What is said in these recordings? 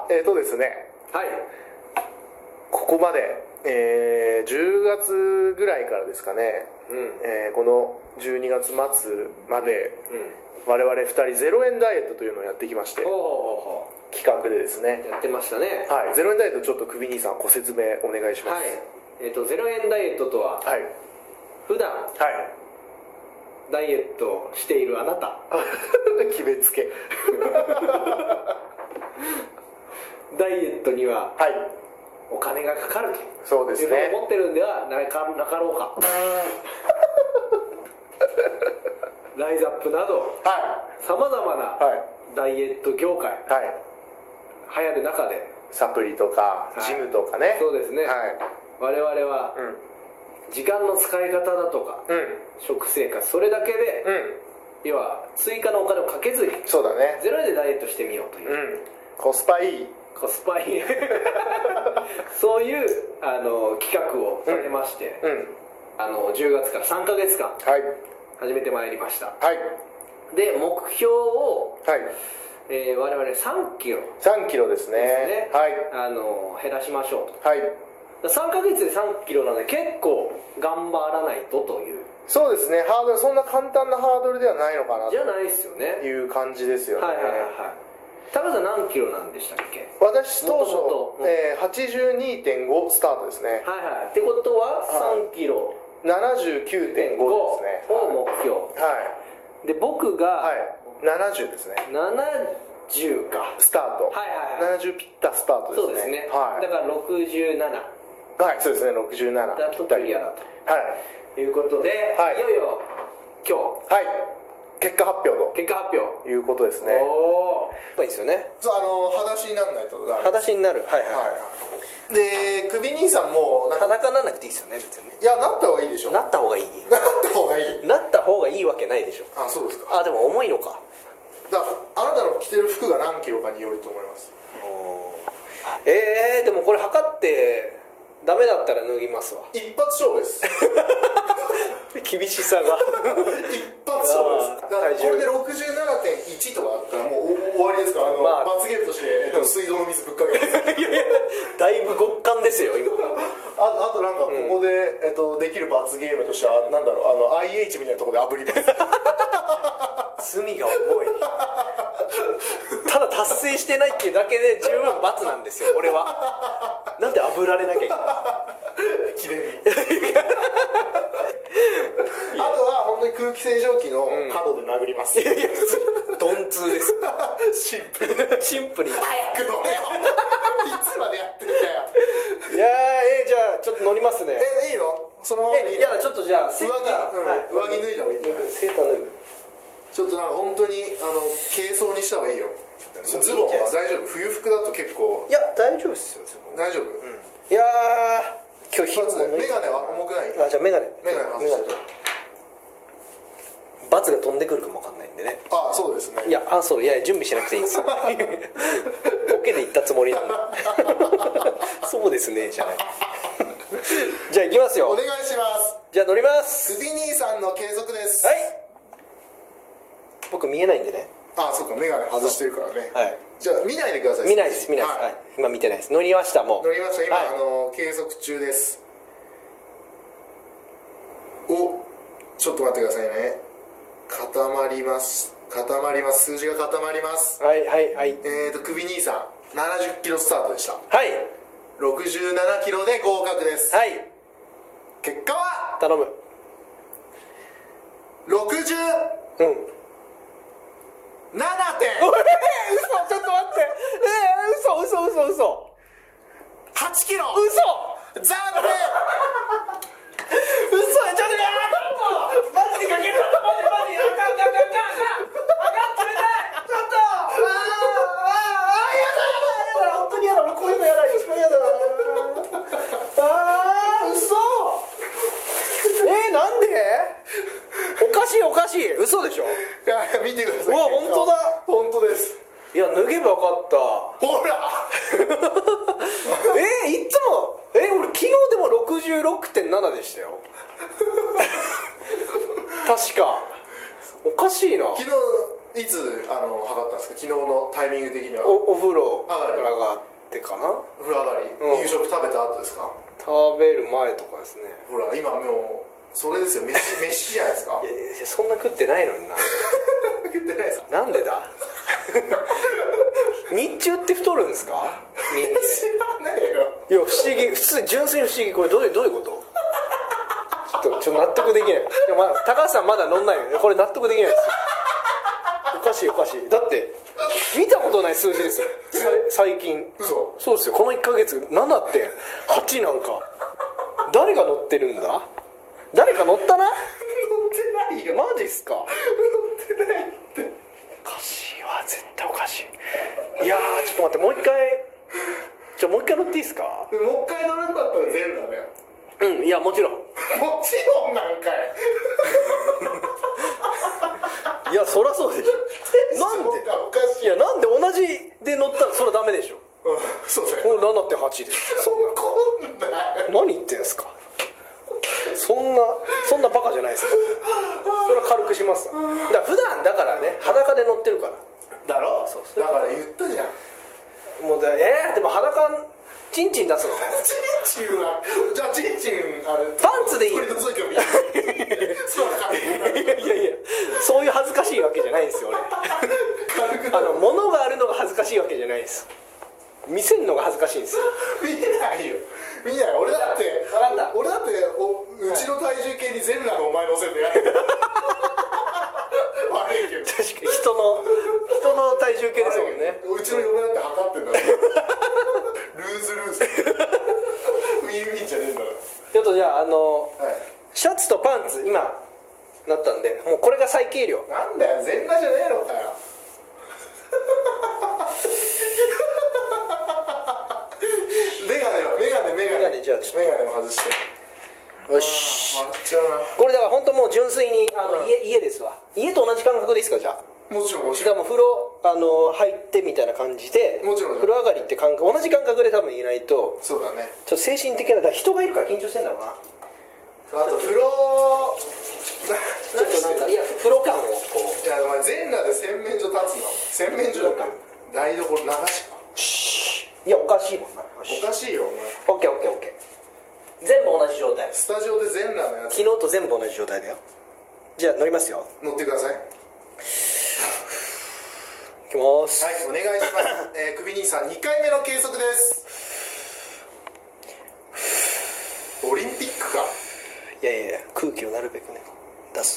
ですね、 はい。 ここまで、10月ぐらいからですかね、この12月末まで、我々2人0円ダイエットというのをやってきまして、企画でですねやってましたね。 はい、0円ダイエットちょっと首兄さんご説明お願いします。 はい。0円ダイエットとは、 はい、 普段はいダイエットしているあなた決めつけダイエットにははいお金がかかるとそうですねいうふうに思ってるんではなかろうかライズアップなどさまざまなダイエット業界、流行る中でサプリとかジムとかね、 そうですね、我々は、時間の使い方だとか、食生活それだけで、要は追加のお金をかけずにそうだねゼロ円でダイエットしてみようという、 コスパいいそういう企画を立てまして、10月から3ヶ月間始めてまいりました。で目標を、我々3キロ 3キロですね、 減らしましょうと、3ヶ月で3キロなので結構頑張らないとという。 そうですね、ハードルそんな簡単なハードルではないのかなじゃないですよねという感じですよね。 高さ何キロなんでしたっけ？ 私当初82.5 スタートですね。 ってことは3キロ 79.5 ですねを目標で、僕が 70ですね。 70かスタート、70ピッタスタートですね。 そうですね、だから67、 そうですね、67 だとクリアだということで、いよいよ今日結果発表ということですね。 いいですよね。 裸足にならないとダメ。 裸足になる。 で首兄さんも裸にならなくていいですよね、別にね。 いや、なった方がいいでしょ。 なった方がいいなった方がいいわけないでしょ。 そうですか。 でも重いのか。 あなたの着てる服が何キロかによると思います。 でもこれ測ってダメだったら脱ぎますわ。 一発勝負です厳しさが一発勝負です。だからこれで 67.1 とかあったらもう終わりですから、罰ゲームとして、水道の水ぶっかけますだいぶ極寒ですよ今。 あとなんかここで、できる罰ゲームとしてはなんだろう、IH みたいなところで炙ります罪が重いただ達成してないっていうだけで十分罰なんですよ俺は。なんで炙られなきゃいけないきれいにあとは本当に空気清浄機の角で殴ります。 鈍痛ですシンプルに早く乗れよいつまでやってんだよ。 いやじゃあちょっと乗りますね。 いいの？そのままでいいの？ いやちょっとじゃあ上着脱いだ方がいいんじゃない？ セーター脱ぐ。 ちょっとなんか本当に軽装にした方がいいよ。ズボンは大丈夫？冬服だと結構。 いや大丈夫ですよ。 大丈夫？ いや今日昼もメガネは重くない？ じゃあメガネ外して罰が飛んでくるかもわかんないんでね。 そうですね。 いや準備しなくていいんですよボケで言ったつもりなんでそうですねじゃないじゃあ行きますよ。 お願いします。 じゃあ乗ります。 首兄さんの継続です。 僕見えないんでね。 そうか、メガネ外してるからね。じゃあ見ないでください。 見ないです今見てないです。乗りましたもう。 乗りました今、継続中です。ちょっと待ってくださいね。固まります数字が固まります。首兄さん70キロスタートでした。67キロで合格です。結果は頼む。 607点。 嘘、ちょっと待って。嘘 8キロ。 嘘残念嘘、ちょっとマジでかける。マジあかん冷たい。ちょっとやだ本当にやだ。俺こういうのやだ。一番やだ嘘。なんで？おかしい。嘘でしょ。 いや見てください。 本当だ。 本当です。 いや脱げばよかった。 ほらいつも俺昨日でも 66.7 でしたよ確か。おかしいな。 昨日いつ測ったんですか？昨日のタイミング的には。 お風呂上がってかな。 お風呂上がり、夕食食べた後ですか？ 食べる前とかですね。 ほら今もうそれですよ、飯じゃないですか。 いやそんな食ってないのにな。 食ってないですか？ なんでだ。日中って太るんですか？ 知らないよ。 いや不思議、普通純粋に不思議。これどういうこと？ちょっと納得できない。いや、高橋さんまだ乗んないよね。これ納得できないですよ。おかしいおかしい。だって見たことない数字ですよ最近。 嘘。 そうですよ。この1ヶ月 7.8 なんか。誰が乗ってるんだ？誰か乗ったな。 乗ってないよ。 マジっすか？ 乗ってないって。 おかしいわ、絶対おかしい。いやーちょっと待って、もう一回乗っていいですか？ もう一回乗るんだったら全裸だよ。 うん、いやもちろん。 もちろんなんかい。 いやそりゃそうでしょ。なんで？ おかしい。 いやなんで同じで乗ったらそれはダメでしょ。 そうだよ。 これ 7.8 です。 怒んない。 何言ってんすか？そんなバカじゃないですよ。それは軽くしますわ。だから普段だからね、裸で乗ってるから。 だろ？そうだから言ったじゃん。 もうでも裸チンチン出すの？ チンチンはじゃあチンチンパンツでいい。 取り除いてもいい。 いやそういう恥ずかしいわけじゃないんですよ俺。物があるのが恥ずかしいわけじゃないです。見せるのが恥ずかしいんですよ。 見えないよ。見えない。俺だってうちの体重計に全裸のお前乗せてやる。悪いけど。 確かに人の体重計ですもんね。 うちの嫁だって測ってんだから。ルーズウィンウィンじゃねえんだから。 ちょっとじゃあはい、 シャツとパンツ今なったんで、もうこれが最軽量。 なんだよ、全裸じゃねえのかよ。メガネじゃあメガネも外して。 よし。 笑っちゃうな。 これだから本当もう純粋に家ですわ。家と同じ感覚でいいですか？じゃあもちろんもちだろん。 からもう風呂入ってみたいな感じで、 もちろん風呂上がりって感覚、同じ感覚で多分言えないと。 そうだね。 ちょっと精神的な、だから人がいるから緊張してんだろうな。 あと風呂ちょっとなんかいや風呂感をこう。 いやお前全裸で洗面所立つの？洗面所だから台所流しか。 いやおかしいもんな。 おかしいよお前。 オッケーオッケーオッケー。全部同じ状態。 スタジオで全裸のやつ。 昨日と全部同じ状態だよ。じゃあ乗りますよ。 乗ってください。 いきます。 はい、お願いします。首兄さん2回目の計測です。オリンピックか。 いや空気をなるべくね出す。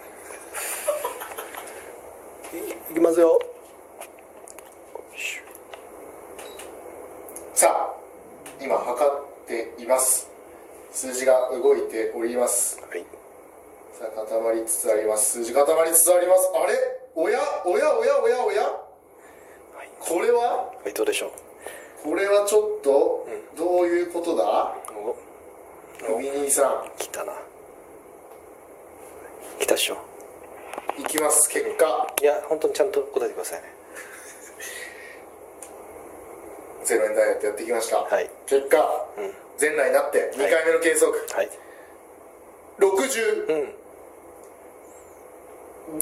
いきますよ。 さあ今測っています。数字が動いております。 はい。 さあ固まりつつあります。数字固まりつつあります。あれ、おや、はい、これは、 はい、どうでしょう。 これはちょっと、どういうことだ？首兄さん来たな。来たっしょ。 いきます。結果、 いや本当にちゃんと答えてくださいね。 0円ダイエットやってきました。 はい。 結果、全裸になって2回目の計測、 はい、 60、5.7。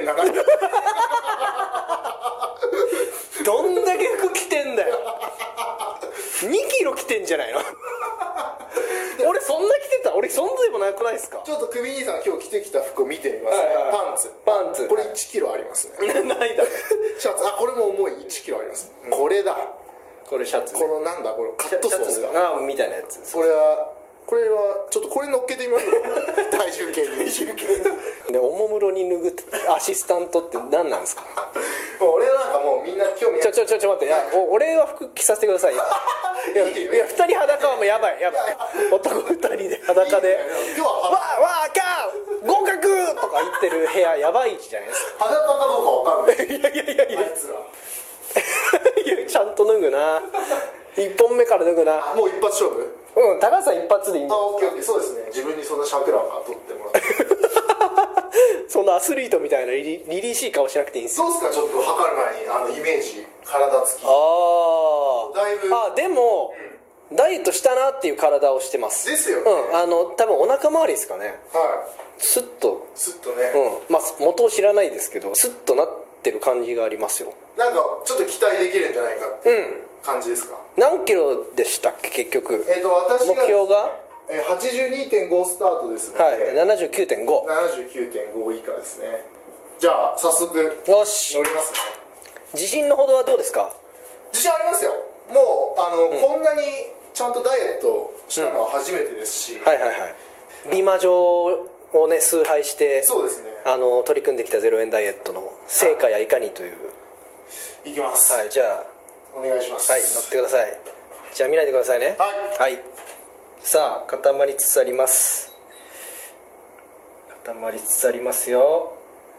どんだけ服着てんだよ。2キロ着てんじゃないの？俺そんな着てた？俺そんなでもなくないですか？ ちょっと首兄さん今日着てきた服を見てみますね。パンツこれ1キロありますね。 ないだろ。 シャツ、これも重い。1キロあります。これだ。 これシャツ、 このなんだこれカットソースがみたいなやつ。 これはちょっとこれ乗っけてみます体重計に。 でおもむろに脱ぐアシスタントって何なんですか？ 俺なんかもうみんな興味ない。 ちょ待って、いや俺は服着させてくださいよ。いや2人裸はもうやばい。男2人で裸で今日はわーキャー合格とか言ってる部屋やばいじゃないですか。 裸かどうかわかんない。 いやあいつらいやちゃんと脱ぐな。1本目から脱ぐな。 もう一発勝負。 高橋さん一発でいいんだ。 オッケー、そうですね。自分にそんな尺なんか取ってもらってそんなアスリートみたいなリリーしい顔しなくていいんですよ。 そうっすか。ちょっと測る前にイメージ体つきだいぶでも、ダイエットしたなっていう体をしてます。 ですよね。 多分お腹周りですかね。 はい。 スッとスッとね。 まあ元を知らないですけどスッとなっってる感じがありますよ。 なんかちょっと期待できるんじゃないかっていう感じですか？ 何キロでしたっけ結局？ 私が目標が 82.5 スタートですので、 はい、79.5 79.5以下ですね。じゃあ早速よし乗りますね。 自信のほどはどうですか？ 自信ありますよ。もうこんなにちゃんとダイエットしたのは初めてですし、 はいはいはい。美魔女をね崇拝して、 そうですね、 取り組んできた0円ダイエットの成果やいかにという。 いきます。 はい、じゃあお願いします。 はい、乗ってください。じゃあ見ないでくださいね。はい、はい、さあ固まりつつあります。固まりつつありますよ。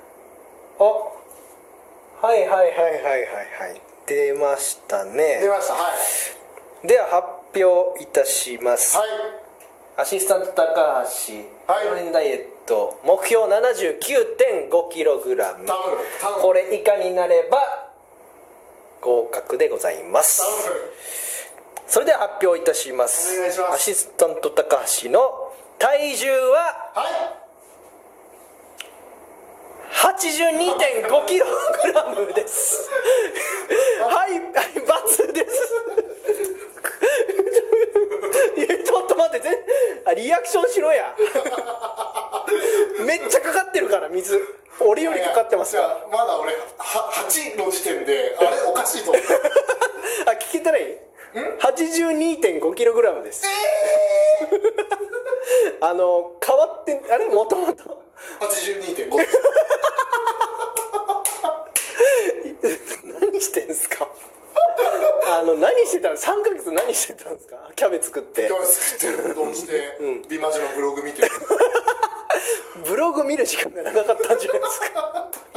はいはいはいはいはいはい、出ましたね。 出ました。はい。 では発表いたします。 はい。 アシスタント高橋、 はい、 0円ダイエット目標 79.5kg、 これ以下になれば合格でございます。それでは発表いたします。 お願いします。 アシスタント高橋の体重は、 はい、 82.5kg ですはい、×ですちょっと待って、リアクションしろやめっちゃかかってるから水、俺よりかかってますから。 まだ俺8の時点であれおかしいと思ってあ、聞けたらいい？ 82.5kg です。変わってあれもともと 82.5 何してんすか何してたの？3ヶ月何してたんですか？キャベツ食ってうどんして、美魔女のブログ見てるブログ見る時間が長かったんじゃないですか